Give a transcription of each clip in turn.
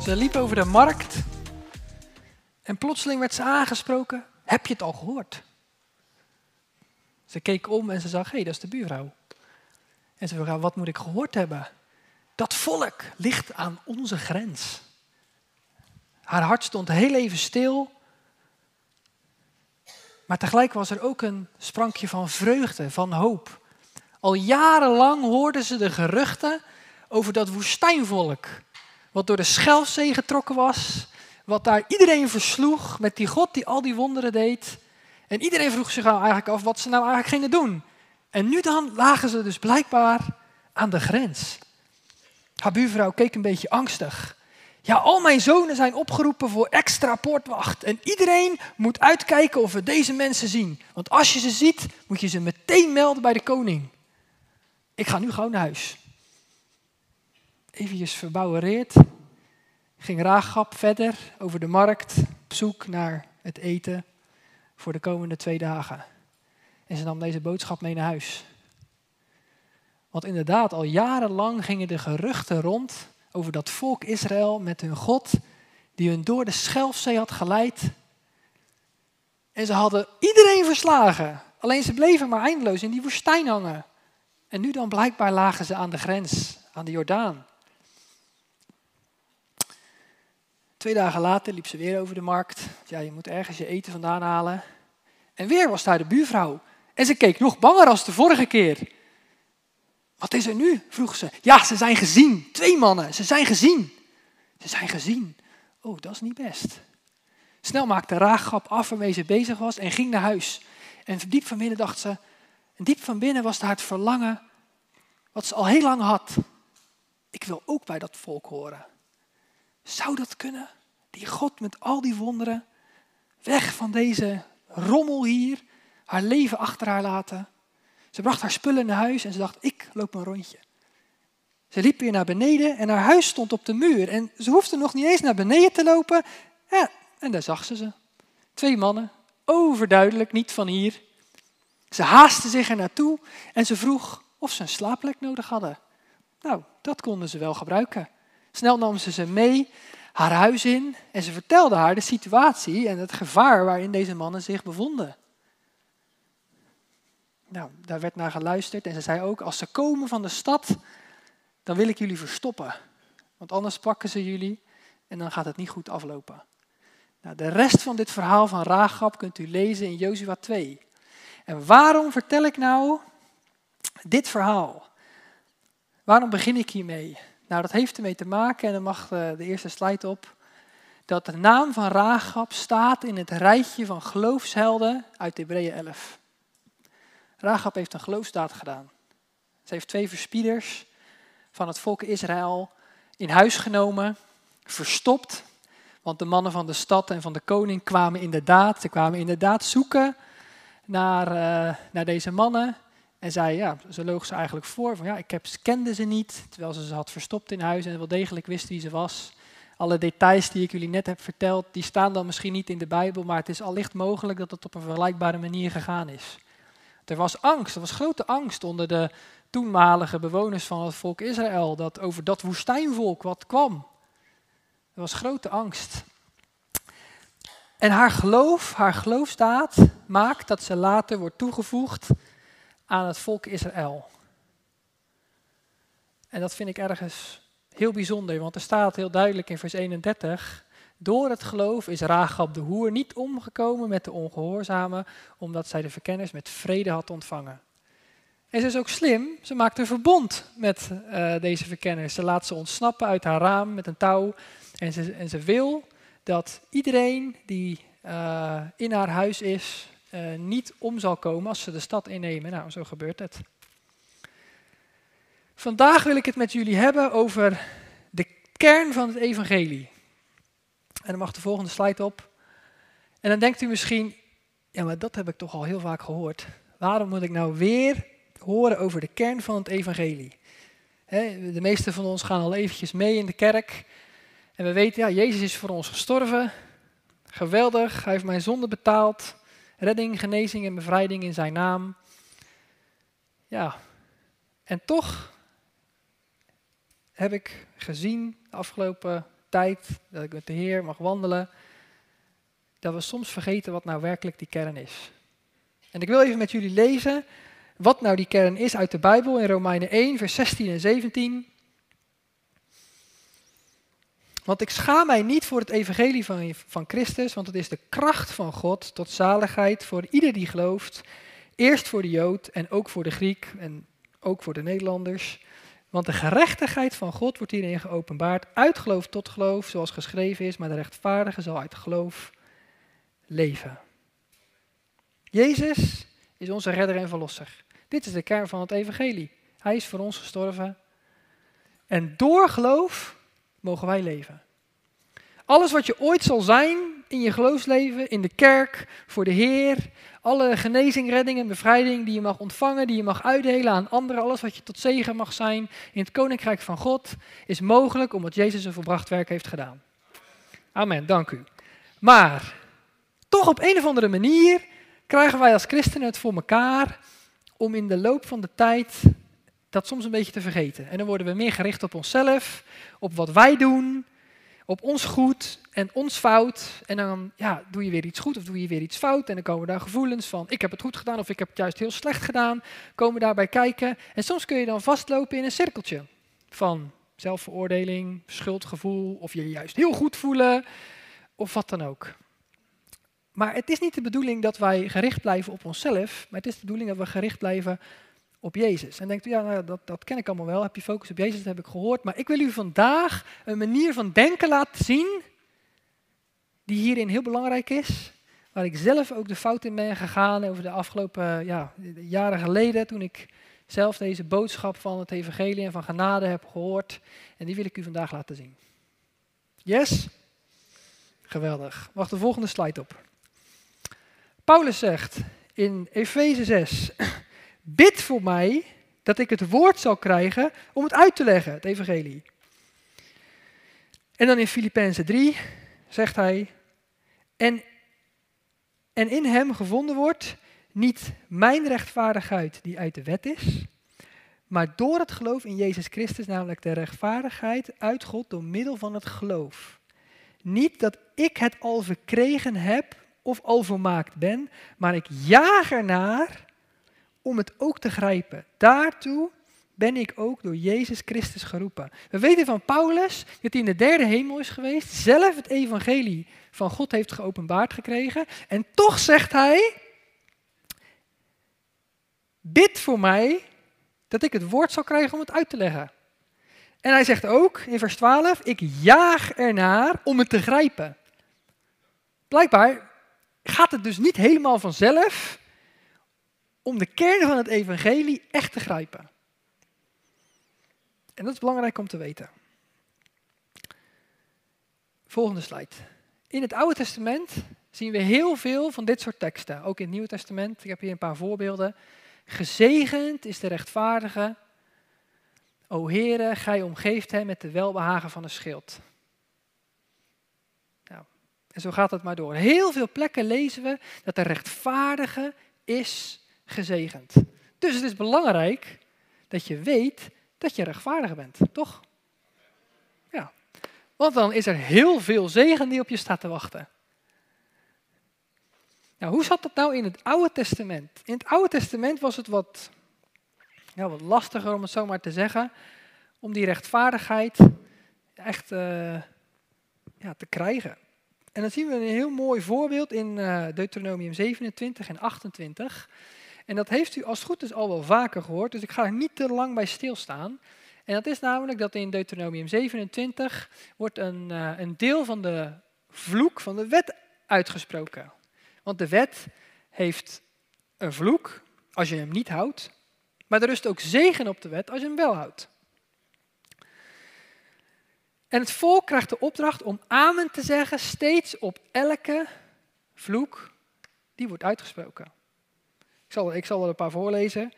Ze liep over de markt en plotseling werd ze aangesproken. Heb je het al gehoord? Ze keek om en ze zag, hé, dat is de buurvrouw. En ze vroeg, wat moet ik gehoord hebben? Dat volk ligt aan onze grens. Haar hart stond heel even stil. Maar tegelijk was er ook een sprankje van vreugde, van hoop. Al jarenlang hoorden ze de geruchten over dat woestijnvolk. Wat door de Schelfzee getrokken was. Wat daar iedereen versloeg met die God die al die wonderen deed. En iedereen vroeg zich eigenlijk af wat ze nou eigenlijk gingen doen. En nu dan lagen ze dus blijkbaar aan de grens. Haar buurvrouw keek een beetje angstig. Ja, al mijn zonen zijn opgeroepen voor extra poortwacht. En iedereen moet uitkijken of we deze mensen zien. Want als je ze ziet, moet je ze meteen melden bij de koning. Ik ga nu gauw naar huis. Eventjes verbouwereerd ging Rahab verder over de markt op zoek naar het eten voor de komende 2 dagen. En ze nam deze boodschap mee naar huis. Want inderdaad, al jarenlang gingen de geruchten rond over dat volk Israël met hun God, die hun door de Schelfzee had geleid. En ze hadden iedereen verslagen. Alleen ze bleven maar eindeloos in die woestijn hangen. En nu dan blijkbaar lagen ze aan de grens, aan de Jordaan. 2 dagen later liep ze weer over de markt. Ja, je moet ergens je eten vandaan halen. En weer was daar de buurvrouw. En ze keek nog banger als de vorige keer. Wat is er nu? Vroeg ze. Ja, ze zijn gezien. 2 mannen, ze zijn gezien. Ze zijn gezien. Oh, dat is niet best. Snel maakte Rahab af waarmee ze bezig was en ging naar huis. En diep van binnen dacht ze, en diep van binnen was daar het verlangen wat ze al heel lang had. Ik wil ook bij dat volk horen. Zou dat kunnen? Die God met al die wonderen, weg van deze rommel hier, haar leven achter haar laten. Ze bracht haar spullen naar huis en ze dacht, ik loop een rondje. Ze liep weer naar beneden en haar huis stond op de muur. En ze hoefde nog niet eens naar beneden te lopen. Ja, en daar zag ze. 2 mannen, overduidelijk niet van hier. Ze haastte zich er naartoe en ze vroeg of ze een slaapplek nodig hadden. Nou, dat konden ze wel gebruiken. Snel nam ze mee haar huis in en ze vertelde haar de situatie en het gevaar waarin deze mannen zich bevonden. Nou, daar werd naar geluisterd en ze zei ook, als ze komen van de stad, dan wil ik jullie verstoppen. Want anders pakken ze jullie en dan gaat het niet goed aflopen. Nou, de rest van dit verhaal van Rahab kunt u lezen in Jozua 2. En waarom vertel ik nou dit verhaal? Waarom begin ik hiermee? Nou, dat heeft ermee te maken, en dan mag de eerste slide op, dat de naam van Rahab staat in het rijtje van geloofshelden uit Hebreeën 11. Rahab heeft een geloofsdaad gedaan. Ze heeft 2 verspieders van het volk Israël in huis genomen, verstopt. Want de mannen van de stad en van de koning kwamen inderdaad zoeken naar deze mannen. En ze loog ze eigenlijk voor van ik kende ze niet, terwijl ze had verstopt in huis en wel degelijk wist wie ze was. Alle details die ik jullie net heb verteld, die staan dan misschien niet in de Bijbel, maar het is allicht mogelijk dat het op een vergelijkbare manier gegaan is. Er was grote angst onder de toenmalige bewoners van het volk Israël, over dat woestijnvolk wat kwam. Er was grote angst. En haar geloofsdaad maakt dat ze later wordt toegevoegd aan het volk Israël. En dat vind ik ergens heel bijzonder, want er staat heel duidelijk in vers 31... Door het geloof is Rahab de hoer niet omgekomen met de ongehoorzamen, omdat zij de verkenners met vrede had ontvangen. En ze is ook slim, ze maakt een verbond met deze verkenners. Ze laat ze ontsnappen uit haar raam met een touw. En ze wil dat iedereen die in haar huis is, niet om zal komen als ze de stad innemen. Nou, zo gebeurt het. Vandaag wil ik het met jullie hebben over de kern van het evangelie. En dan mag de volgende slide op. En dan denkt u misschien, ja, maar dat heb ik toch al heel vaak gehoord. Waarom moet ik nou weer horen over de kern van het evangelie? De meesten van ons gaan al eventjes mee in de kerk. En we weten, Jezus is voor ons gestorven. Geweldig, hij heeft mijn zonde betaald. Redding, genezing en bevrijding in zijn naam. Ja, en toch heb ik gezien de afgelopen tijd dat ik met de Heer mag wandelen, dat we soms vergeten wat nou werkelijk die kern is. En ik wil even met jullie lezen wat nou die kern is uit de Bijbel in Romeinen 1, vers 16 en 17. Want ik schaam mij niet voor het evangelie van Christus, want het is de kracht van God tot zaligheid voor ieder die gelooft. Eerst voor de Jood en ook voor de Griek en ook voor de Nederlanders. Want de gerechtigheid van God wordt hierin geopenbaard, uit geloof tot geloof, zoals geschreven is, maar de rechtvaardige zal uit geloof leven. Jezus is onze redder en verlosser. Dit is de kern van het evangelie. Hij is voor ons gestorven. En door geloof mogen wij leven. Alles wat je ooit zal zijn in je geloofsleven, in de kerk, voor de Heer, alle genezing, redding en bevrijding die je mag ontvangen, die je mag uitdelen aan anderen, alles wat je tot zegen mag zijn in het koninkrijk van God, is mogelijk omdat Jezus een volbracht werk heeft gedaan. Amen, dank u. Maar toch op een of andere manier krijgen wij als christenen het voor elkaar om in de loop van de tijd dat soms een beetje te vergeten. En dan worden we meer gericht op onszelf, op wat wij doen, op ons goed en ons fout. En dan doe je weer iets goed of doe je weer iets fout. En dan komen daar gevoelens van ik heb het goed gedaan of ik heb het juist heel slecht gedaan. Komen daarbij kijken. En soms kun je dan vastlopen in een cirkeltje van zelfveroordeling, schuldgevoel of je juist heel goed voelen of wat dan ook. Maar het is niet de bedoeling dat wij gericht blijven op onszelf, maar het is de bedoeling dat we gericht blijven op Jezus. En denkt u, dat ken ik allemaal wel, heb je focus op Jezus, dat heb ik gehoord. Maar ik wil u vandaag een manier van denken laten zien, die hierin heel belangrijk is. Waar ik zelf ook de fout in ben gegaan over de afgelopen jaren geleden, toen ik zelf deze boodschap van het evangelie en van genade heb gehoord. En die wil ik u vandaag laten zien. Yes? Geweldig. Wacht de volgende slide op. Paulus zegt in Efeze 6, bid voor mij dat ik het woord zal krijgen om het uit te leggen, het evangelie. En dan in Filippenzen 3 zegt hij, en in hem gevonden wordt niet mijn rechtvaardigheid die uit de wet is, maar door het geloof in Jezus Christus, namelijk de rechtvaardigheid uit God door middel van het geloof. Niet dat ik het al verkregen heb of al volmaakt ben, maar ik jaag ernaar om het ook te grijpen. Daartoe ben ik ook door Jezus Christus geroepen. We weten van Paulus dat hij in de derde hemel is geweest, zelf het evangelie van God heeft geopenbaard gekregen. En toch zegt hij, bid voor mij dat ik het woord zal krijgen om het uit te leggen. En hij zegt ook in vers 12, ik jaag ernaar om het te grijpen. Blijkbaar gaat het dus niet helemaal vanzelf om de kern van het evangelie echt te grijpen. En dat is belangrijk om te weten. Volgende slide. In het Oude Testament zien we heel veel van dit soort teksten. Ook in het Nieuwe Testament. Ik heb hier een paar voorbeelden. Gezegend is de rechtvaardige. O Heere, gij omgeeft hem met de welbehagen van een schild. Nou, en zo gaat het maar door. Heel veel plekken lezen we dat de rechtvaardige is gezegend. Dus het is belangrijk dat je weet dat je rechtvaardig bent, toch? Ja, want dan is er heel veel zegen die op je staat te wachten. Nou, hoe zat dat nou in het Oude Testament? In het Oude Testament was het wat lastiger, om het zo maar te zeggen, om die rechtvaardigheid echt te krijgen. En dan zien we een heel mooi voorbeeld in Deuteronomium 27 en 28. En dat heeft u als het goed is al wel vaker gehoord, dus ik ga er niet te lang bij stilstaan. En dat is namelijk dat in Deuteronomium 27 wordt een deel van de vloek van de wet uitgesproken. Want de wet heeft een vloek als je hem niet houdt, maar er rust ook zegen op de wet als je hem wel houdt. En het volk krijgt de opdracht om amen te zeggen steeds op elke vloek die wordt uitgesproken. Ik zal er een paar voorlezen.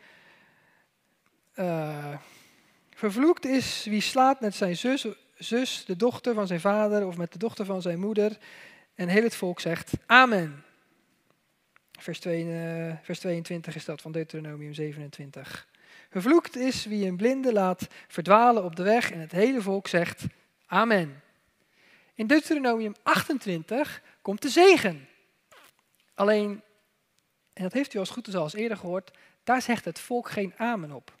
Vervloekt is wie slaapt met zijn zus, de dochter van zijn vader of met de dochter van zijn moeder. En heel het volk zegt amen. Vers 22 is dat van Deuteronomium 27. Vervloekt is wie een blinde laat verdwalen op de weg en het hele volk zegt amen. In Deuteronomium 28 komt de zegen. Alleen, en dat heeft u als goed is al eens eerder gehoord, daar zegt het volk geen amen op.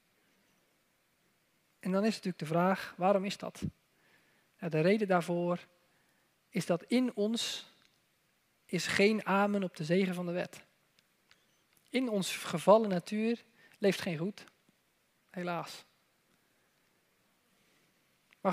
En dan is natuurlijk de vraag, waarom is dat? Nou, de reden daarvoor is dat in ons is geen amen op de zegen van de wet. In ons gevallen natuur leeft geen goed. Helaas. Maar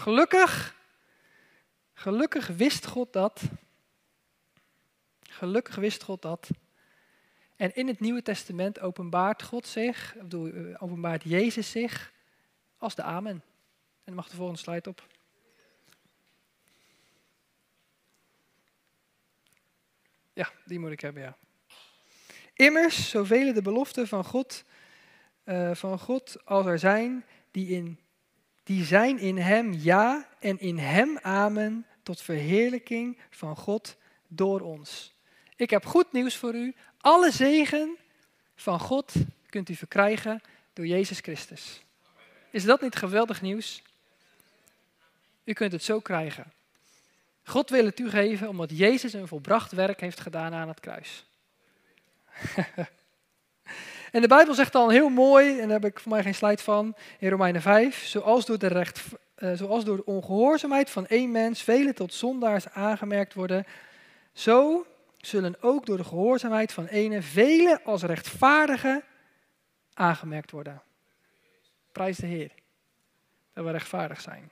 gelukkig wist God dat. Gelukkig wist God dat. En in het Nieuwe Testament openbaart Jezus zich als de Amen. En dan mag de volgende slide op. Ja, die moet ik hebben, ja. Immers, zoveel de beloften van God als er zijn, die zijn in hem ja en in hem amen, tot verheerlijking van God door ons. Ik heb goed nieuws voor u. Alle zegen van God kunt u verkrijgen door Jezus Christus. Is dat niet geweldig nieuws? U kunt het zo krijgen. God wil het u geven omdat Jezus een volbracht werk heeft gedaan aan het kruis. En de Bijbel zegt dan heel mooi, en daar heb ik voor mij geen slide van, in Romeinen 5, zoals door de ongehoorzaamheid van één mens velen tot zondaars aangemerkt worden, zo zullen ook door de gehoorzaamheid van ene velen als rechtvaardigen aangemerkt worden. Prijs de Heer, dat we rechtvaardig zijn.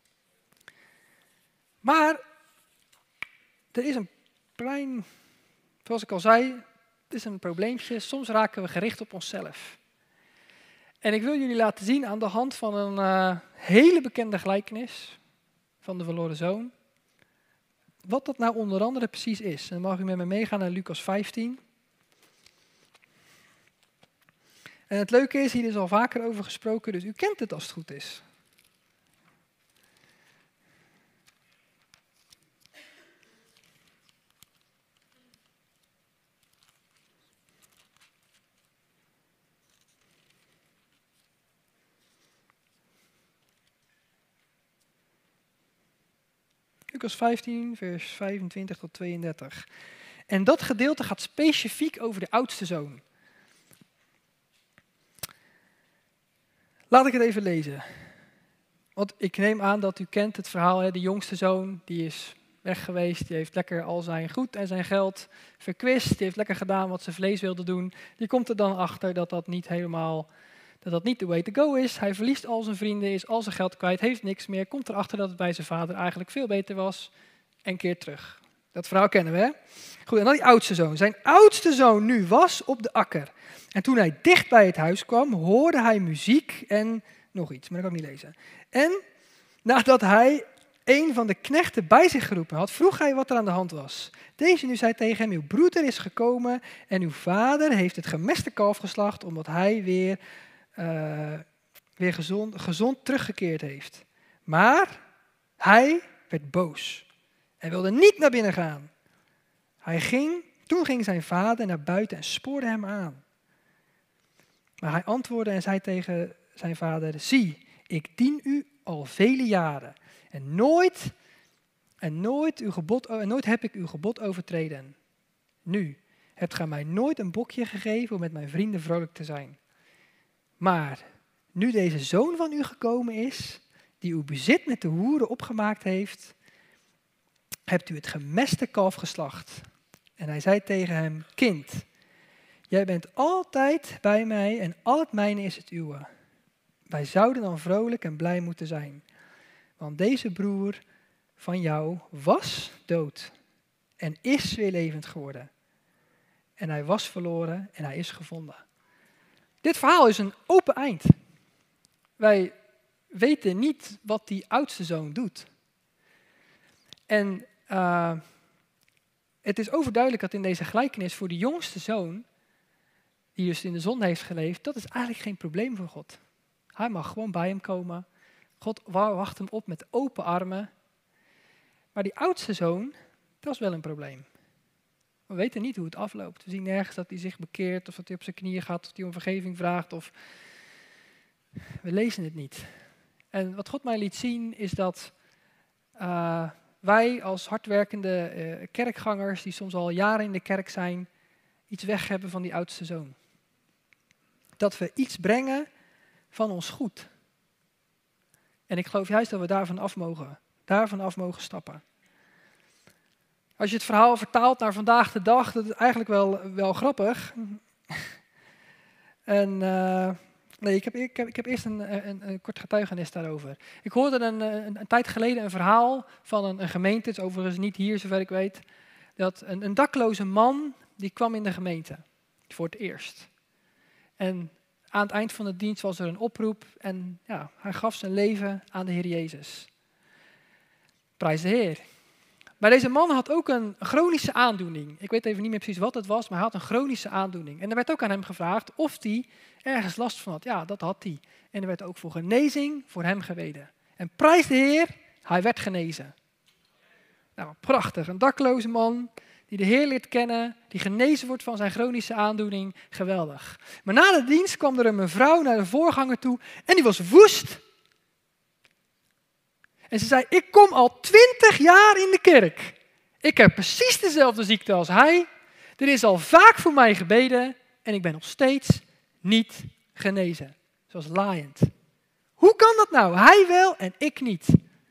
Maar er is een klein, zoals ik al zei, het is een probleempje. Soms raken we gericht op onszelf. En ik wil jullie laten zien aan de hand van een hele bekende gelijkenis van de verloren zoon, wat dat nou onder andere precies is. En dan mag u met me meegaan naar Lucas 15. En het leuke is, hier is al vaker over gesproken, dus u kent het als het goed is. Lucas 15, vers 25 tot 32. En dat gedeelte gaat specifiek over de oudste zoon. Laat ik het even lezen. Want ik neem aan dat u kent het verhaal. Hè? De jongste zoon, die is weg geweest. Die heeft lekker al zijn goed en zijn geld verkwist. Die heeft lekker gedaan wat zijn vlees wilde doen. Die komt er dan achter dat dat niet de way to go is. Hij verliest al zijn vrienden, is al zijn geld kwijt, heeft niks meer. Komt erachter dat het bij zijn vader eigenlijk veel beter was. En keert terug. Dat verhaal kennen we, hè? Goed, en dan die oudste zoon. Zijn oudste zoon nu was op de akker. En toen hij dicht bij het huis kwam, hoorde hij muziek en nog iets, maar dat kan ik niet lezen. En nadat hij een van de knechten bij zich geroepen had, vroeg hij wat er aan de hand was. Deze nu zei tegen hem, uw broeder is gekomen en uw vader heeft het gemeste kalf geslacht, omdat hij weer gezond teruggekeerd heeft. Maar hij werd boos en wilde niet naar binnen gaan. Toen ging zijn vader naar buiten en spoorde hem aan. Maar hij antwoordde en zei tegen zijn vader, zie, ik dien u al vele jaren en nooit heb ik uw gebod overtreden. Nu hebt gij mij nooit een bokje gegeven om met mijn vrienden vrolijk te zijn. Maar nu deze zoon van u gekomen is, die uw bezit met de hoeren opgemaakt heeft, hebt u het gemeste kalf geslacht. En hij zei tegen hem, kind, jij bent altijd bij mij en al het mijne is het uwe. Wij zouden dan vrolijk en blij moeten zijn. Want deze broer van jou was dood en is weer levend geworden. En hij was verloren en hij is gevonden. Dit verhaal is een open eind. Wij weten niet wat die oudste zoon doet. En het is overduidelijk dat in deze gelijkenis voor de jongste zoon, die dus in de zon heeft geleefd, dat is eigenlijk geen probleem voor God. Hij mag gewoon bij hem komen. God wacht hem op met open armen. Maar die oudste zoon, dat is wel een probleem. We weten niet hoe het afloopt. We zien nergens dat hij zich bekeert, of dat hij op zijn knieën gaat, of dat hij om vergeving vraagt. Of we lezen het niet. En wat God mij liet zien is dat wij als hardwerkende kerkgangers, die soms al jaren in de kerk zijn, iets weg hebben van die oudste zoon. Dat we iets brengen van ons goed. En ik geloof juist dat we daarvan af mogen stappen. Als je het verhaal vertaalt naar vandaag de dag, dat is eigenlijk wel grappig. En nee, ik heb eerst een kort getuigenis daarover. Ik hoorde een tijd geleden een verhaal van een gemeente, het is overigens niet hier zover ik weet, dat een dakloze man, die kwam in de gemeente voor het eerst. En aan het eind van de dienst was er een oproep en ja, hij gaf zijn leven aan de Heer Jezus. Prijs de Heer. Maar deze man had ook een chronische aandoening. Ik weet even niet meer precies wat het was, maar hij had een chronische aandoening. En er werd ook aan hem gevraagd of hij ergens last van had. Ja, dat had hij. En er werd ook voor genezing voor hem gebeden. En prijs de Heer, hij werd genezen. Nou, prachtig. Een dakloze man die de Heer leert kennen, die genezen wordt van zijn chronische aandoening. Geweldig. Maar na de dienst kwam er een mevrouw naar de voorganger toe en die was woest. En ze zei, ik kom al 20 jaar in de kerk. Ik heb precies dezelfde ziekte als hij. Er is al vaak voor mij gebeden en ik ben nog steeds niet genezen. Zoals laaiend. Hoe kan dat nou? Hij wel en ik niet.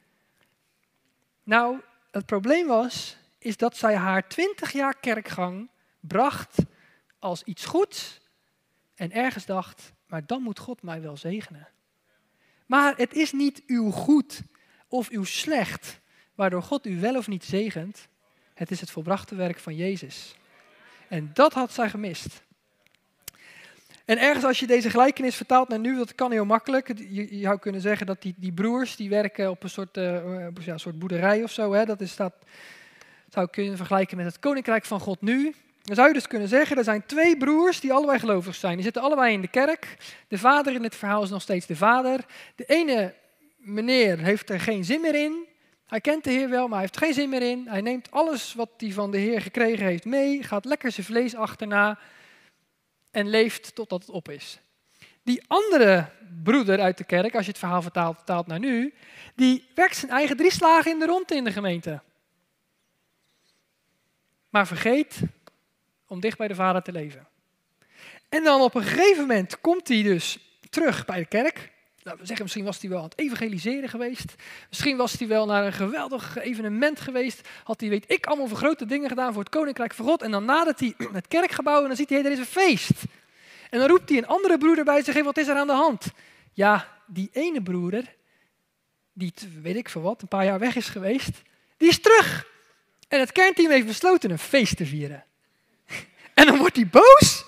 Nou, het probleem is dat zij haar 20 jaar kerkgang bracht als iets goeds. En ergens dacht, maar dan moet God mij wel zegenen. Maar het is niet uw goed of uw slecht, waardoor God u wel of niet zegent. Het is het volbrachte werk van Jezus. En dat had zij gemist. En ergens als je deze gelijkenis vertaalt naar nu, dat kan heel makkelijk. Je zou kunnen zeggen dat die broers, die werken op een soort boerderij of zo. Hè? Dat zou je kunnen vergelijken met het koninkrijk van God nu. Dan zou je dus kunnen zeggen, er zijn 2 broers die allebei gelovig zijn. Die zitten allebei in de kerk. De vader in het verhaal is nog steeds de vader. De ene meneer heeft er geen zin meer in. Hij kent de Heer wel, maar hij heeft geen zin meer in. Hij neemt alles wat hij van de Heer gekregen heeft mee, gaat lekker zijn vlees achterna en leeft totdat het op is. Die andere broeder uit de kerk, als je het verhaal vertaalt naar nu, die werkt zijn eigen 3 slagen in de ronde in de gemeente. Maar vergeet om dicht bij de vader te leven. En dan op een gegeven moment komt hij dus terug bij de kerk. Nou, we zeggen, misschien was hij wel aan het evangeliseren geweest. Misschien was hij wel naar een geweldig evenement geweest. Had hij, weet ik, allemaal voor grote dingen gedaan voor het koninkrijk van God. En dan nadert hij het kerkgebouw en dan ziet hij, er is een feest. En dan roept hij een andere broeder bij zich, wat is er aan de hand? Ja, die ene broeder, die, weet ik veel wat, een paar jaar weg is geweest, die is terug. En het kernteam heeft besloten een feest te vieren. En dan wordt hij boos.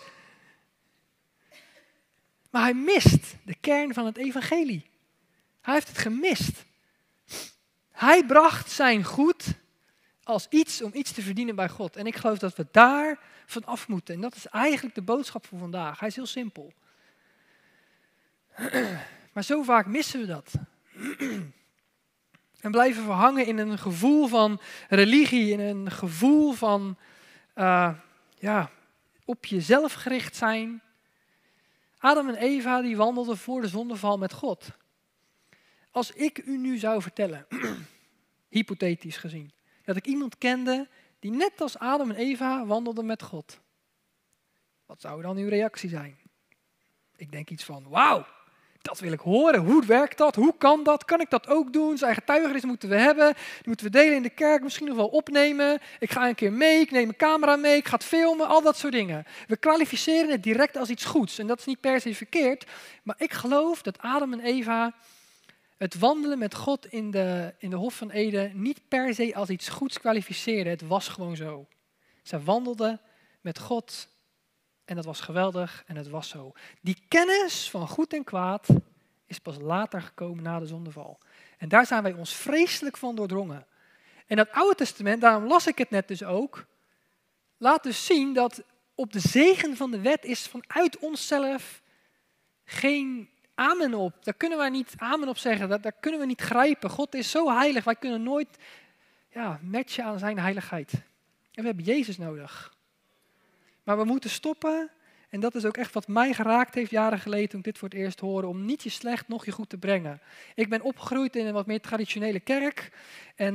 Maar hij mist de kern van het evangelie. Hij heeft het gemist. Hij bracht zijn goed als iets om iets te verdienen bij God. En ik geloof dat we daar van af moeten. En dat is eigenlijk de boodschap voor vandaag. Hij is heel simpel. Maar zo vaak missen we dat. En blijven we hangen in een gevoel van religie, in een gevoel van op jezelf gericht zijn. Adam en Eva die wandelden voor de zondeval met God. Als ik u nu zou vertellen, hypothetisch gezien, dat ik iemand kende die net als Adam en Eva wandelde met God. Wat zou dan uw reactie zijn? Ik denk iets van, wauw, dat wil ik horen. Hoe werkt dat? Hoe kan dat? Kan ik dat ook doen? Zijn getuigenis moeten we hebben. Die moeten we delen in de kerk, misschien nog wel opnemen. Ik ga een keer mee, ik neem een camera mee, ik ga het filmen, al dat soort dingen. We kwalificeren het direct als iets goeds. En dat is niet per se verkeerd. Maar ik geloof dat Adam en Eva het wandelen met God in de Hof van Eden niet per se als iets goeds kwalificeerden. Het was gewoon zo. Zij wandelden met God. En dat was geweldig en het was zo. Die kennis van goed en kwaad is pas later gekomen na de zondeval. En daar zijn wij ons vreselijk van doordrongen. En dat Oude Testament, daarom las ik het net dus ook, laat dus zien dat op de zegen van de wet is vanuit onszelf geen amen op. Daar kunnen wij niet amen op zeggen, daar kunnen we niet grijpen. God is zo heilig, wij kunnen nooit matchen aan zijn heiligheid. En we hebben Jezus nodig. Maar we moeten stoppen, en dat is ook echt wat mij geraakt heeft jaren geleden toen ik dit voor het eerst hoorde, om niet je slecht nog je goed te brengen. Ik ben opgegroeid in een wat meer traditionele kerk en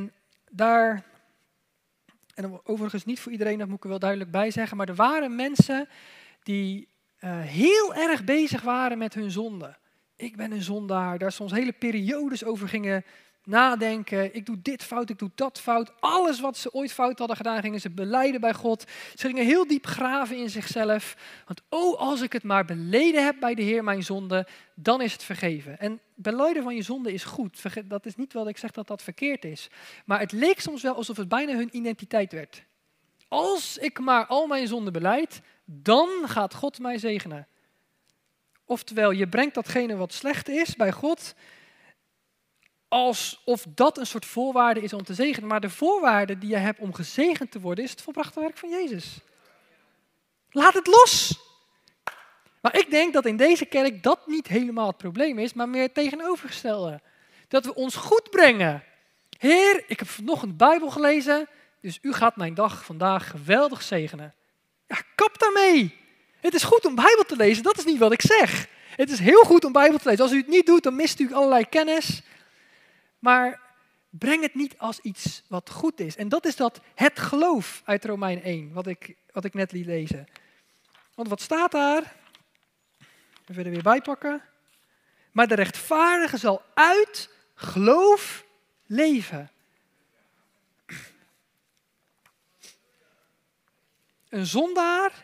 daar, en overigens niet voor iedereen, dat moet ik er wel duidelijk bij zeggen, maar er waren mensen die heel erg bezig waren met hun zonde. Ik ben een zondaar, daar soms hele periodes over gingen nadenken. Ik doe dit fout, ik doe dat fout. Alles wat ze ooit fout hadden gedaan, gingen ze belijden bij God. Ze gingen heel diep graven in zichzelf. Want als ik het maar beleden heb bij de Heer, mijn zonde, dan is het vergeven. En belijden van je zonde is goed. Dat is niet wat ik zeg dat dat verkeerd is. Maar het leek soms wel alsof het bijna hun identiteit werd. Als ik maar al mijn zonden belijd, dan gaat God mij zegenen. Oftewel, je brengt datgene wat slecht is bij God, alsof dat een soort voorwaarde is om te zegenen. Maar de voorwaarde die je hebt om gezegend te worden, is het volbrachte werk van Jezus. Laat het los. Maar ik denk dat in deze kerk dat niet helemaal het probleem is, maar meer het tegenovergestelde. Dat we ons goed brengen. Heer, ik heb vanochtend de Bijbel gelezen, dus u gaat mijn dag vandaag geweldig zegenen. Ja, kap daarmee. Het is goed om Bijbel te lezen, dat is niet wat ik zeg. Het is heel goed om Bijbel te lezen. Als u het niet doet, dan mist u allerlei kennis. Maar breng het niet als iets wat goed is. En dat is het geloof uit Romeinen 1, wat ik net liet lezen. Want wat staat daar? Even er weer bij pakken. Maar de rechtvaardige zal uit geloof leven. Een zondaar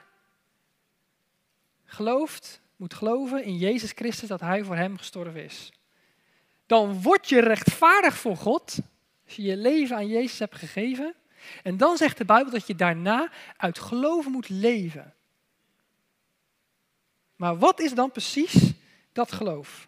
moet geloven in Jezus Christus dat hij voor hem gestorven is. Dan word je rechtvaardig voor God, als je je leven aan Jezus hebt gegeven. En dan zegt de Bijbel dat je daarna uit geloof moet leven. Maar wat is dan precies dat geloof?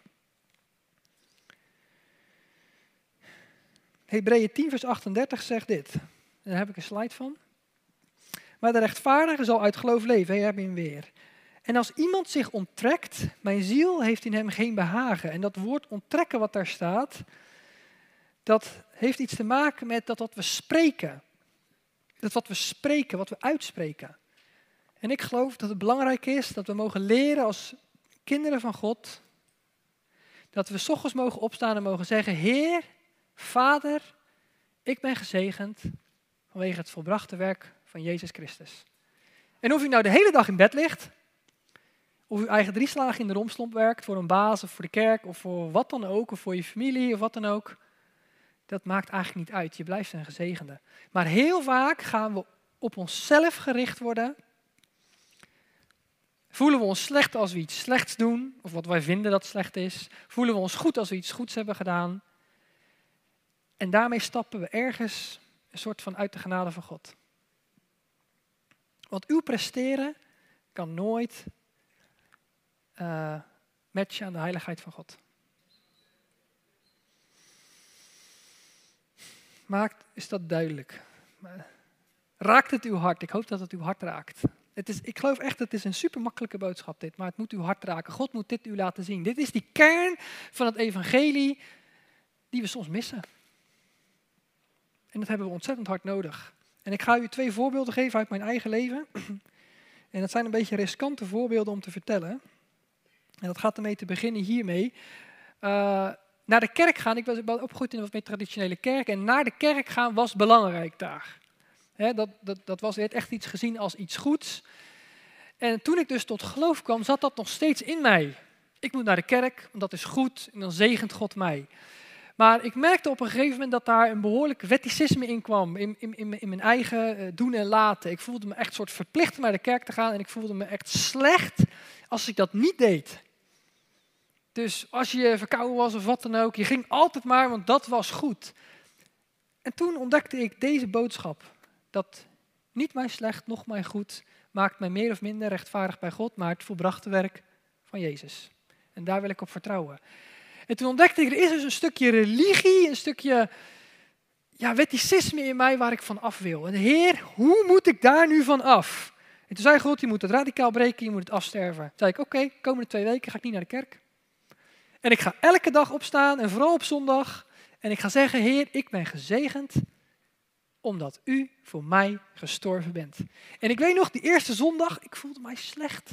Hebreeën 10 vers 38 zegt dit. Daar heb ik een slide van. Maar de rechtvaardige zal uit geloof leven. Hier heb je hem weer. En als iemand zich onttrekt, mijn ziel heeft in hem geen behagen. En dat woord onttrekken wat daar staat, dat heeft iets te maken met dat wat we spreken. Dat wat we spreken, wat we uitspreken. En ik geloof dat het belangrijk is dat we mogen leren als kinderen van God, dat we 's ochtends mogen opstaan en mogen zeggen, Heer, Vader, ik ben gezegend vanwege het volbrachte werk van Jezus Christus. En of u nou de hele dag in bed ligt, of uw eigen 3 slagen in de romslomp werkt voor een baas of voor de kerk of voor wat dan ook, of voor je familie of wat dan ook, dat maakt eigenlijk niet uit. Je blijft een gezegende. Maar heel vaak gaan we op onszelf gericht worden. Voelen we ons slecht als we iets slechts doen, of wat wij vinden dat slecht is. Voelen we ons goed als we iets goeds hebben gedaan. En daarmee stappen we ergens een soort van uit de genade van God. Want uw presteren kan nooit matchen aan de heiligheid van God. Is dat duidelijk? Raakt het uw hart? Ik hoop dat het uw hart raakt. Ik geloof echt, het is een super makkelijke boodschap dit, maar het moet uw hart raken. God moet dit u laten zien. Dit is die kern van het evangelie die we soms missen. En dat hebben we ontzettend hard nodig. En ik ga u 2 voorbeelden geven uit mijn eigen leven. En dat zijn een beetje riskante voorbeelden om te vertellen. En dat gaat ermee te beginnen hiermee. Naar de kerk gaan, ik was opgegroeid in een wat meer traditionele kerk. En naar de kerk gaan was belangrijk daar. Dat werd echt iets gezien als iets goeds. En toen ik dus tot geloof kwam, zat dat nog steeds in mij. Ik moet naar de kerk, want dat is goed en dan zegent God mij. Maar ik merkte op een gegeven moment dat daar een behoorlijk wetticisme in kwam. In mijn eigen doen en laten. Ik voelde me echt soort verplicht om naar de kerk te gaan. En ik voelde me echt slecht als ik dat niet deed. Dus als je verkouden was of wat dan ook, je ging altijd maar, want dat was goed. En toen ontdekte ik deze boodschap. Dat niet mijn slecht, noch mijn goed maakt mij meer of minder rechtvaardig bij God, maar het volbrachte werk van Jezus. En daar wil ik op vertrouwen. En toen ontdekte ik, er is dus een stukje religie, een stukje wetticisme in mij waar ik van af wil. En Heer, hoe moet ik daar nu van af? En toen zei God, je moet het radicaal breken, je moet het afsterven. Toen zei ik, oké, komende 2 weken ga ik niet naar de kerk. En ik ga elke dag opstaan en vooral op zondag. En ik ga zeggen, Heer, ik ben gezegend omdat u voor mij gestorven bent. En ik weet nog, die eerste zondag, ik voelde mij slecht.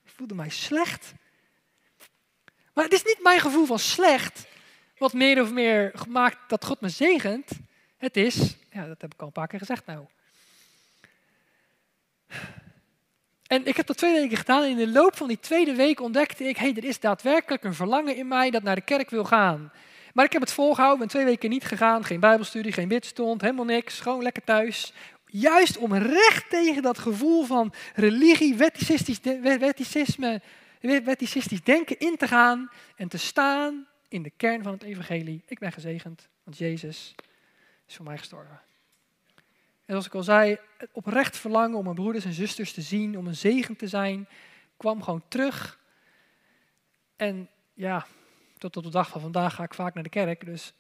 Maar het is niet mijn gevoel van slecht wat meer of meer maakt dat God me zegent. Het is Ja, dat heb ik al een paar keer gezegd nou. En ik heb dat 2 weken gedaan en in de loop van die 2e week ontdekte ik, er is daadwerkelijk een verlangen in mij dat naar de kerk wil gaan. Maar ik heb het volgehouden, ben 2 weken niet gegaan, geen bijbelstudie, geen bidstond, helemaal niks, gewoon lekker thuis. Juist om recht tegen dat gevoel van religie, wettiциstisch denken in te gaan en te staan in de kern van het evangelie. Ik ben gezegend, want Jezus is voor mij gestorven. En zoals ik al zei, het oprecht verlangen om mijn broeders en zusters te zien, om een zegen te zijn, kwam gewoon terug. En ja, tot op de dag van vandaag ga ik vaak naar de kerk, dus...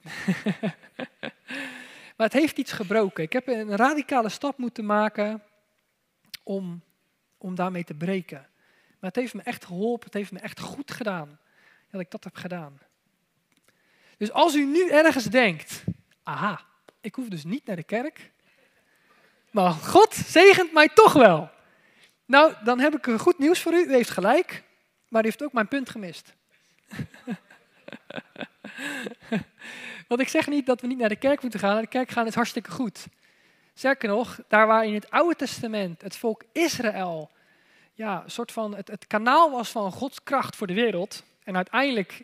Maar het heeft iets gebroken. Ik heb een radicale stap moeten maken om daarmee te breken. Maar het heeft me echt geholpen, het heeft me echt goed gedaan dat ik dat heb gedaan. Dus als u nu ergens denkt, aha, ik hoef dus niet naar de kerk, maar God zegent mij toch wel. Nou, dan heb ik goed nieuws voor u. U heeft gelijk, maar u heeft ook mijn punt gemist. Want ik zeg niet dat we niet naar de kerk moeten gaan. Naar de kerk gaan is hartstikke goed. Sterker nog, daar waar in het Oude Testament het volk Israël een soort van het kanaal was van Gods kracht voor de wereld. En uiteindelijk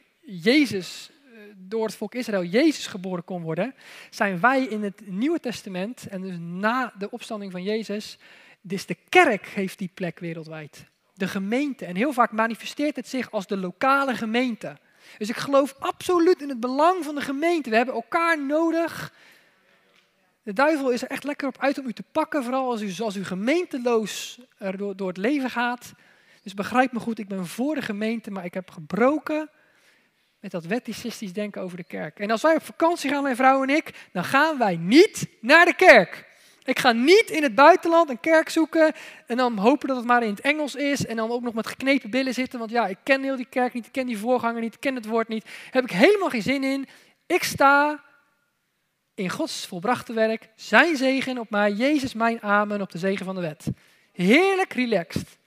door het volk Israël Jezus geboren kon worden. Zijn wij in het Nieuwe Testament, en dus na de opstanding van Jezus, dus de kerk heeft die plek wereldwijd. De gemeente. En heel vaak manifesteert het zich als de lokale gemeente. Dus ik geloof absoluut in het belang van de gemeente. We hebben elkaar nodig. De duivel is er echt lekker op uit om u te pakken, vooral als u gemeenteloos door het leven gaat. Dus begrijp me goed, ik ben voor de gemeente, maar ik heb gebroken met dat wettiциstisch denken over de kerk. En als wij op vakantie gaan, mijn vrouw en ik, dan gaan wij niet naar de kerk. Ik ga niet in het buitenland een kerk zoeken en dan hopen dat het maar in het Engels is en dan ook nog met geknepen billen zitten, want ja, ik ken heel die kerk niet, ik ken die voorganger niet, ik ken het woord niet. Daar heb ik helemaal geen zin in. Ik sta in Gods volbrachte werk, zijn zegen op mij, Jezus mijn amen op de zegen van de wet. Heerlijk relaxed.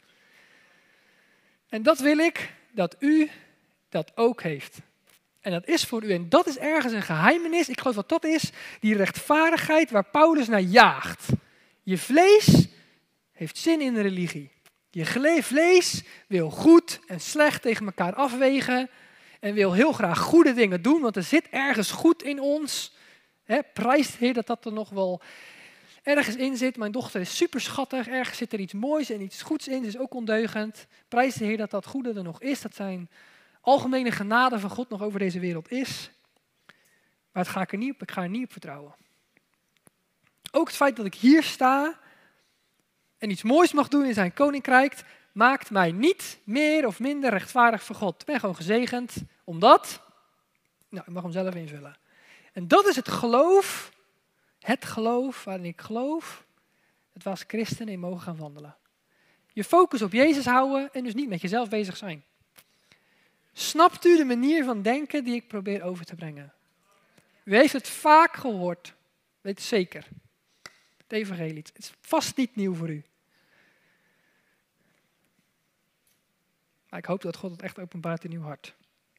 En dat wil ik dat u dat ook heeft. En dat is voor u, en dat is ergens een geheimenis, ik geloof dat dat is, die rechtvaardigheid waar Paulus naar jaagt. Je vlees heeft zin in de religie. Je vlees wil goed en slecht tegen elkaar afwegen en wil heel graag goede dingen doen, want er zit ergens goed in ons. Prijst de Heer dat er nog wel ergens in zit. Mijn dochter is super schattig, ergens zit er iets moois en iets goeds in, ze is ook ondeugend. Prijs de Heer dat dat goede er nog is, dat zijn algemene genade van God nog over deze wereld is. Maar ik ga er niet op vertrouwen. Ook het feit dat ik hier sta en iets moois mag doen in zijn koninkrijk, maakt mij niet meer of minder rechtvaardig voor God. Ik ben gewoon gezegend, omdat, ik mag hem zelf invullen. En dat is het geloof waarin ik geloof, dat we als christenen in mogen gaan wandelen. Je focus op Jezus houden en dus niet met jezelf bezig zijn. Snapt u de manier van denken die ik probeer over te brengen? U heeft het vaak gehoord, weet het zeker. Het evangelie, het is vast niet nieuw voor u. Maar ik hoop dat God het echt openbaart in uw hart.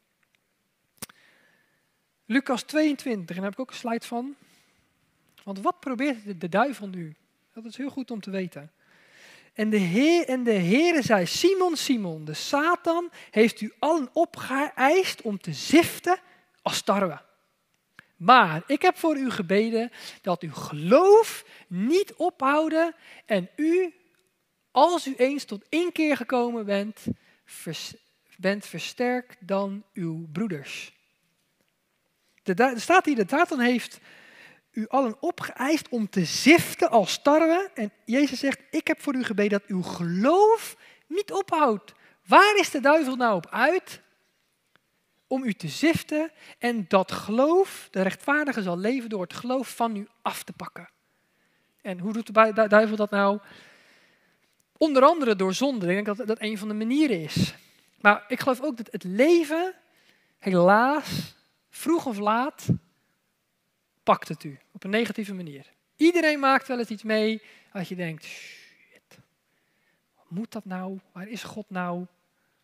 Lucas 22, en daar heb ik ook een slide van. Want wat probeert de duivel nu? Dat is heel goed om te weten. En de Heere zei, Simon, Simon, de Satan heeft u allen opgeëist om te ziften als tarwe. Maar ik heb voor u gebeden dat uw geloof niet ophouden en u, als u eens tot inkeer gekomen bent versterkt dan uw broeders. Er staat hier, de Satan heeft u allen opgeëist om te ziften als tarwe. En Jezus zegt, ik heb voor u gebeden dat uw geloof niet ophoudt. Waar is de duivel nou op uit? Om u te ziften en dat geloof, de rechtvaardige zal leven door het geloof van u af te pakken. En hoe doet de duivel dat nou? Onder andere door zonde. Ik denk dat dat een van de manieren is. Maar ik geloof ook dat het leven, helaas, vroeg of laat, pakt het u op een negatieve manier. Iedereen maakt wel eens iets mee als je denkt, shit, wat moet dat nou? Waar is God nou?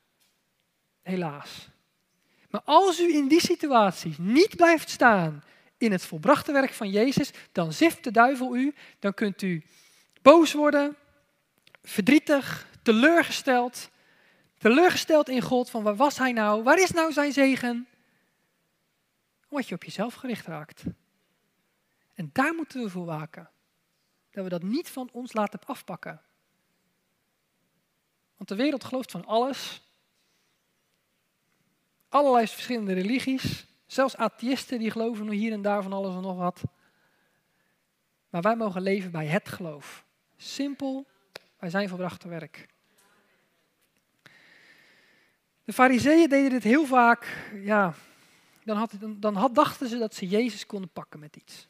Helaas. Maar als u in die situatie niet blijft staan in het volbrachte werk van Jezus, dan zift de duivel u, dan kunt u boos worden, verdrietig, teleurgesteld in God, van waar was hij nou, waar is nou zijn zegen? Omdat je op jezelf gericht raakt. En daar moeten we voor waken. Dat we dat niet van ons laten afpakken. Want de wereld gelooft van alles. Allerlei verschillende religies. Zelfs atheïsten die geloven hier en daar van alles en nog wat. Maar wij mogen leven bij het geloof. Simpel, bij zijn volbrachte werk. De Farizeeën deden dit heel vaak. Ja, dachten ze dat ze Jezus konden pakken met iets.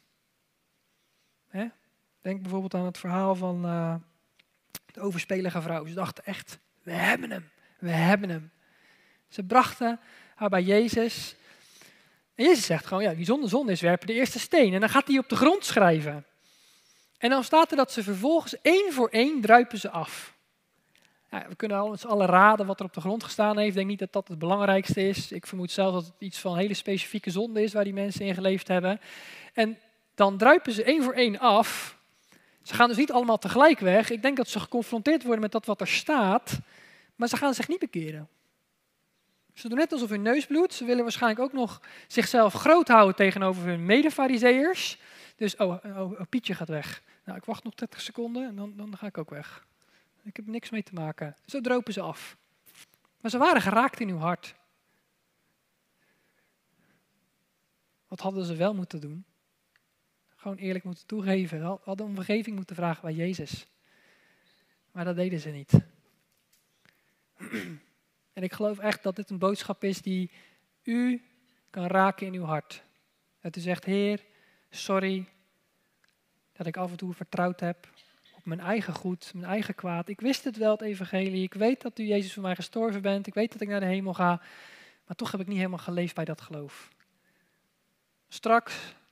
Denk bijvoorbeeld aan het verhaal van de overspelige vrouw. Ze dachten echt, we hebben hem. Ze brachten haar bij Jezus. En Jezus zegt gewoon, ja, wie zonder zonde is, werpen de eerste steen. En dan gaat hij op de grond schrijven. En dan staat er dat ze vervolgens één voor één druipen ze af. Ja, we kunnen al met z'n allen raden wat er op de grond gestaan heeft. Ik denk niet dat dat het belangrijkste is. Ik vermoed zelf dat het iets van hele specifieke zonde is waar die mensen in geleefd hebben. En dan druipen ze één voor één af. Ze gaan dus niet allemaal tegelijk weg. Ik denk dat ze geconfronteerd worden met dat wat er staat. Maar ze gaan zich niet bekeren. Ze doen net alsof hun neus bloedt. Ze willen waarschijnlijk ook nog zichzelf groot houden tegenover hun mede-farizeeërs. Dus, Pietje gaat weg. Nou, ik wacht nog 30 seconden en dan ga ik ook weg. Ik heb niks mee te maken. Zo dropen ze af. Maar ze waren geraakt in uw hart. Wat hadden ze wel moeten doen? Gewoon eerlijk moeten toegeven. Hadden om vergeving moeten vragen bij Jezus. Maar dat deden ze niet. En ik geloof echt dat dit een boodschap is die u kan raken in uw hart. Dat u zegt, Heer, sorry dat ik af en toe vertrouwd heb op mijn eigen goed, mijn eigen kwaad. Ik wist het wel, het evangelie. Ik weet dat u Jezus voor mij gestorven bent. Ik weet dat ik naar de hemel ga. Maar toch heb ik niet helemaal geleefd bij dat geloof. Straks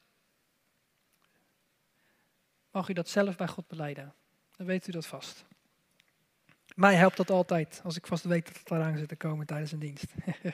mag u dat zelf bij God belijden. Dan weet u dat vast. Mij helpt dat altijd, als ik vast weet dat het eraan zit te komen tijdens een dienst.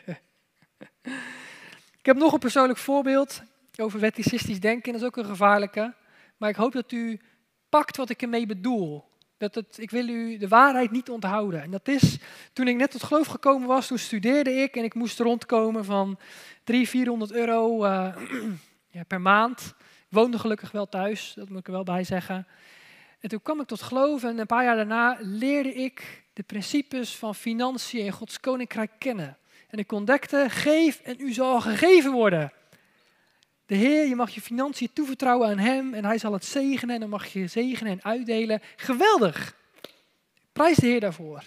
Ik heb nog een persoonlijk voorbeeld over weticistisch denken. Dat is ook een gevaarlijke. Maar ik hoop dat u pakt wat ik ermee bedoel. Ik wil u de waarheid niet onthouden. En dat is, toen ik net tot geloof gekomen was, toen studeerde ik en ik moest rondkomen van 300-400 euro per maand. Ik woonde gelukkig wel thuis, dat moet ik er wel bij zeggen. En toen kwam ik tot geloof en een paar jaar daarna leerde ik de principes van financiën in Gods koninkrijk kennen. En ik ontdekte, geef en u zal gegeven worden. De Heer, je mag je financiën toevertrouwen aan Hem en Hij zal het zegenen en dan mag je zegenen en uitdelen. Geweldig! Prijs de Heer daarvoor.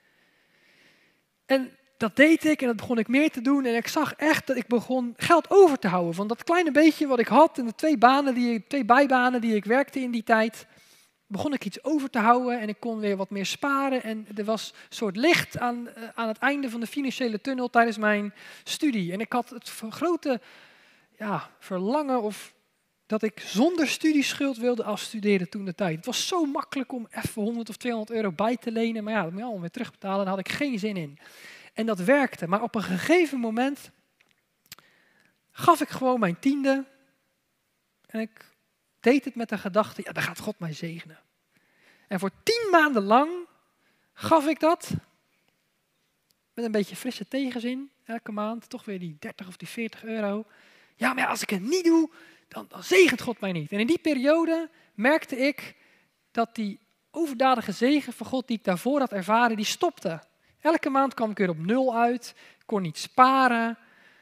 En dat deed ik en dat begon ik meer te doen en ik zag echt dat ik begon geld over te houden. Van dat kleine beetje wat ik had en de twee bijbanen die ik werkte in die tijd, begon ik iets over te houden en ik kon weer wat meer sparen. En er was een soort licht aan het einde van de financiële tunnel tijdens mijn studie. En ik had het grote verlangen of dat ik zonder studieschuld wilde afstuderen toen de tijd. Het was zo makkelijk om even 100 of 200 euro bij te lenen, maar ja, dat moet je allemaal weer terugbetalen. Daar had ik geen zin in. En dat werkte. Maar op een gegeven moment gaf ik gewoon mijn tiende en ik deed het met de gedachte, ja, dan gaat God mij zegenen. En voor 10 maanden lang gaf ik dat met een beetje frisse tegenzin, elke maand, toch weer die 30 of die 40 euro. Ja, maar als ik het niet doe, dan zegent God mij niet. En in die periode merkte ik dat die overdadige zegen van God die ik daarvoor had ervaren, die stopte. Elke maand kwam ik weer op 0 uit, kon niet sparen.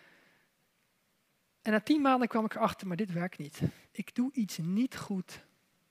En na 10 maanden kwam ik erachter, maar dit werkt niet. Ik doe iets niet goed.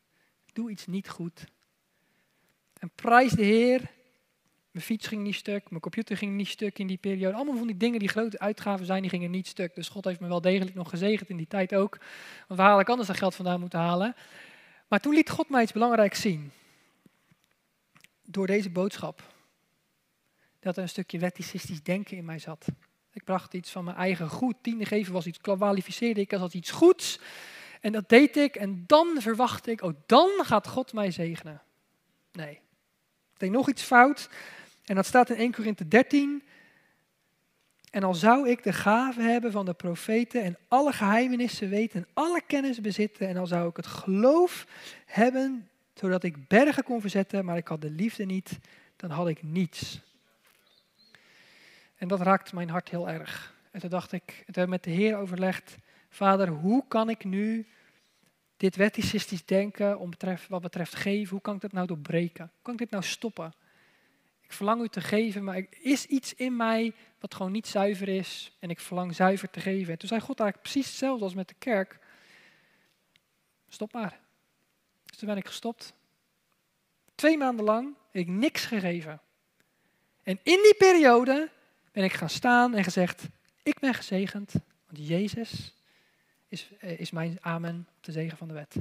En prijs de Heer, mijn fiets ging niet stuk, mijn computer ging niet stuk in die periode. Allemaal van die dingen die grote uitgaven zijn, die gingen niet stuk. Dus God heeft me wel degelijk nog gezegend in die tijd ook. Want waar had ik anders dat geld vandaan moeten halen? Maar toen liet God mij iets belangrijks zien. Door deze boodschap. Dat er een stukje weticistisch denken in mij zat. Ik bracht iets van mijn eigen goed. Tiende geven was iets, kwalificeerde ik als iets goeds. En dat deed ik en dan verwachtte ik, dan gaat God mij zegenen. Nee, ik deed nog iets fout. En dat staat in 1 Korinthe 13. En al zou ik de gave hebben van de profeten en alle geheimenissen weten en alle kennis bezitten. En al zou ik het geloof hebben, zodat ik bergen kon verzetten, maar ik had de liefde niet, dan had ik niets. En dat raakte mijn hart heel erg. En toen dacht ik, toen heb ik met de Heer overlegd, Vader, hoe kan ik nu dit wettiциstisch denken wat betreft geven, hoe kan ik dat nou doorbreken? Hoe kan ik dit nou stoppen? Ik verlang u te geven, maar er is iets in mij wat gewoon niet zuiver is en ik verlang zuiver te geven. En toen zei God eigenlijk precies hetzelfde als met de kerk. Stop maar. Dus toen ben ik gestopt. 2 maanden lang heb ik niks gegeven. En in die periode ben ik gaan staan en gezegd, ik ben gezegend, want Jezus is mijn amen op de zegen van de wet.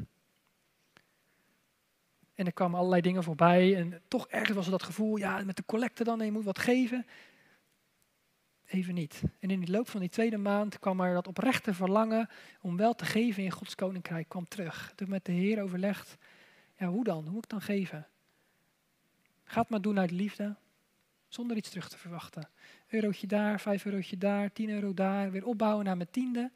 En er kwamen allerlei dingen voorbij en toch ergens was er dat gevoel, ja, met de collecte dan, en je moet wat geven. Even niet. En in de loop van die 2e maand kwam er dat oprechte verlangen om wel te geven in Gods koninkrijk, kwam terug. Toen met de Heer overlegd, ja, hoe dan? Hoe moet ik dan geven? Ga het maar doen uit liefde, zonder iets terug te verwachten. Eurotje daar, 5 eurotje daar, 10 euro daar, weer opbouwen naar mijn 10e.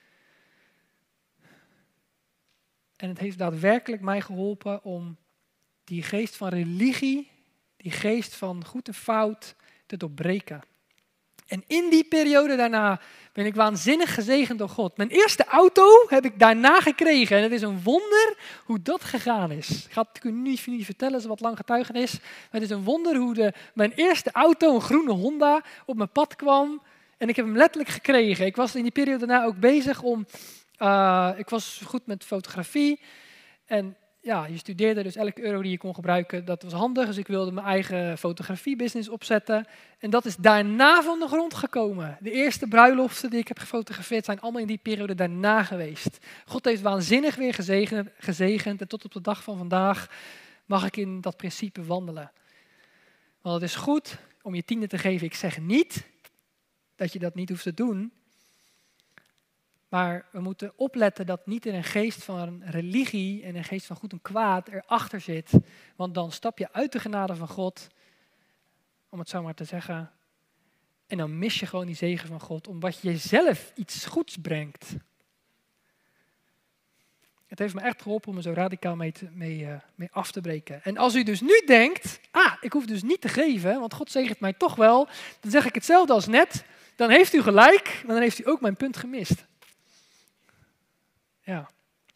En het heeft daadwerkelijk mij geholpen om die geest van religie, die geest van goed en fout te doorbreken. En in die periode daarna ben ik waanzinnig gezegend door God. Mijn eerste auto heb ik daarna gekregen. En het is een wonder hoe dat gegaan is. Ik ga het u niet vertellen, dat is wat lang getuigenis. Maar het is een wonder hoe mijn eerste auto, een groene Honda, op mijn pad kwam. En ik heb hem letterlijk gekregen. Ik was in die periode daarna ook bezig om... ik was goed met fotografie. En ja, je studeerde, dus elke euro die je kon gebruiken, dat was handig. Dus ik wilde mijn eigen fotografiebusiness opzetten. En dat is daarna van de grond gekomen. De eerste bruiloften die ik heb gefotografeerd zijn allemaal in die periode daarna geweest. God heeft waanzinnig weer gezegend. En tot op de dag van vandaag mag ik in dat principe wandelen. Want het is goed om je 10e te geven. Ik zeg niet dat je dat niet hoeft te doen. Maar we moeten opletten dat niet in een geest van religie en een geest van goed en kwaad erachter zit. Want dan stap je uit de genade van God, om het zo maar te zeggen. En dan mis je gewoon die zegen van God, omdat je zelf iets goeds brengt. Het heeft me echt geholpen om er zo radicaal mee af te breken. En als u dus nu denkt, ik hoef dus niet te geven, want God zegent mij toch wel. Dan zeg ik hetzelfde als net, dan heeft u gelijk, maar dan heeft u ook mijn punt gemist. Ja.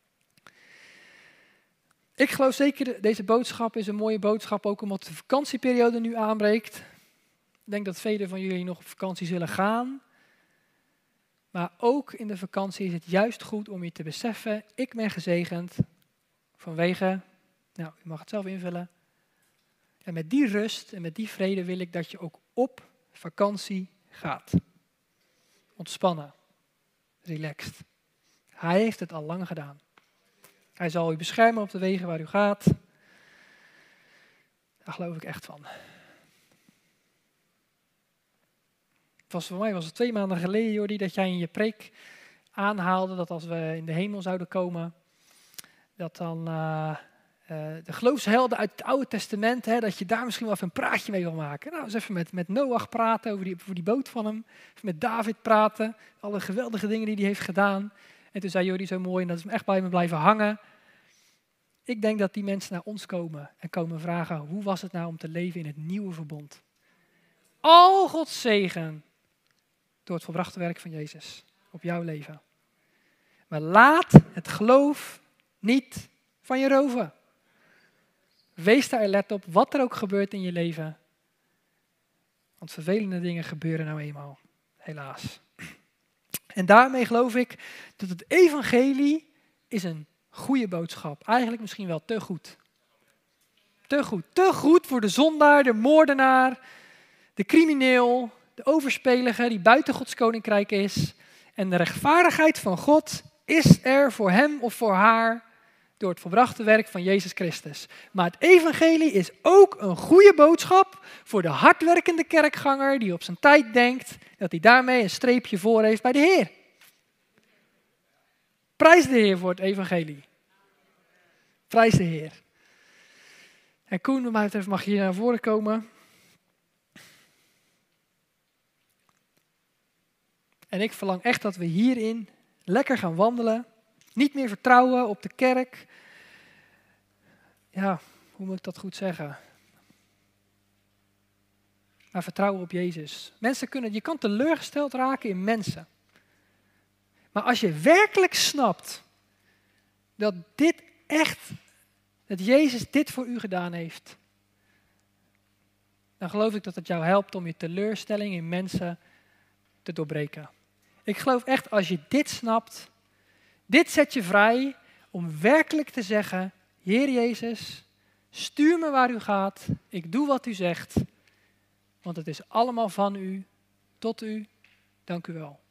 Ik geloof zeker, deze boodschap is een mooie boodschap, ook omdat de vakantieperiode nu aanbreekt. Ik denk dat velen van jullie nog op vakantie zullen gaan. Maar ook in de vakantie is het juist goed om je te beseffen, ik ben gezegend vanwege, u mag het zelf invullen. En met die rust en met die vrede wil ik dat je ook op vakantie gaat. Ontspannen, relaxed. Hij heeft het al lang gedaan. Hij zal u beschermen op de wegen waar u gaat. Daar geloof ik echt van. Voor mij was het 2 maanden geleden, Jordi, dat jij in je preek aanhaalde dat als we in de hemel zouden komen, dat dan de geloofshelden uit het Oude Testament, dat je daar misschien wel even een praatje mee wil maken. Nou, eens even met Noach praten over die boot van hem. Even met David praten, alle geweldige dingen die hij heeft gedaan. En toen zei Jordi zo mooi, en dat is echt bij me blijven hangen. Ik denk dat die mensen naar ons komen en komen vragen, hoe was het nou om te leven in het nieuwe verbond? Al Gods zegen door het volbrachte werk van Jezus op jouw leven. Maar laat het geloof niet van je roven. Wees daar alert op, wat er ook gebeurt in je leven. Want vervelende dingen gebeuren nou eenmaal, helaas. En daarmee geloof ik dat het evangelie is een goede boodschap. Eigenlijk misschien wel te goed. Te goed. Te goed voor de zondaar, de moordenaar, de crimineel, de overspelige die buiten Gods koninkrijk is. En de rechtvaardigheid van God is er voor hem of voor haar door het volbrachte werk van Jezus Christus. Maar het evangelie is ook een goede boodschap voor de hardwerkende kerkganger die op zijn tijd denkt dat hij daarmee een streepje voor heeft bij de Heer. Prijs de Heer voor het evangelie. Prijs de Heer. En Koen, wat mij betreft mag je hier naar voren komen. En ik verlang echt dat we hierin lekker gaan wandelen. Niet meer vertrouwen op de kerk. Ja, hoe moet ik dat goed zeggen? Maar vertrouwen op Jezus. Je kan teleurgesteld raken in mensen. Maar als je werkelijk snapt dat dat Jezus dit voor u gedaan heeft, dan geloof ik dat het jou helpt om je teleurstelling in mensen te doorbreken. Ik geloof echt, als je dit snapt, dit zet je vrij om werkelijk te zeggen, Heer Jezus, stuur me waar u gaat, ik doe wat u zegt, want het is allemaal van u, tot u, dank u wel.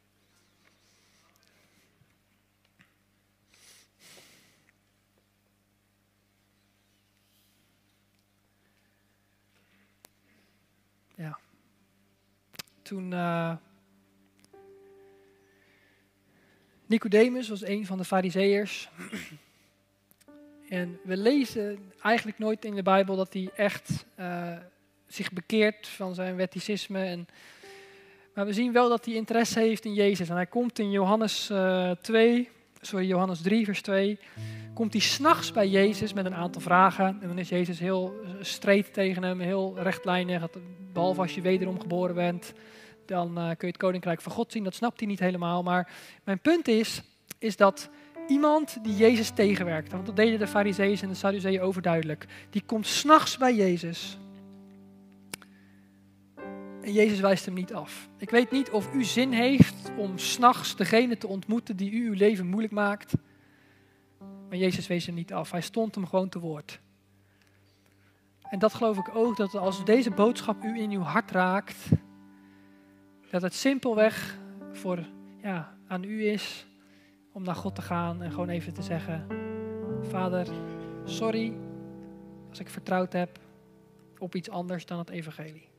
Ja. Toen Nicodemus was een van de Farizeeërs. En we lezen eigenlijk nooit in de Bijbel dat hij echt zich bekeert van zijn wetticisme. Maar we zien wel dat hij interesse heeft in Jezus. En hij komt in Johannes 3, vers 2. Komt hij 's nachts bij Jezus met een aantal vragen. En dan is Jezus heel streed tegen hem, heel rechtlijnig. Behalve als je wederom geboren bent, dan kun je het koninkrijk van God zien. Dat snapt hij niet helemaal. Maar mijn punt is dat iemand die Jezus tegenwerkt, want dat deden de Farizeeën en de Sadduceeën overduidelijk, die komt 's nachts bij Jezus. En Jezus wijst hem niet af. Ik weet niet of u zin heeft om 's nachts degene te ontmoeten die uw leven moeilijk maakt. Maar Jezus wees hem niet af. Hij stond hem gewoon te woord. En dat geloof ik ook, dat als deze boodschap u in uw hart raakt, dat het simpelweg aan u is om naar God te gaan en gewoon even te zeggen, Vader, sorry als ik vertrouwd heb op iets anders dan het evangelie.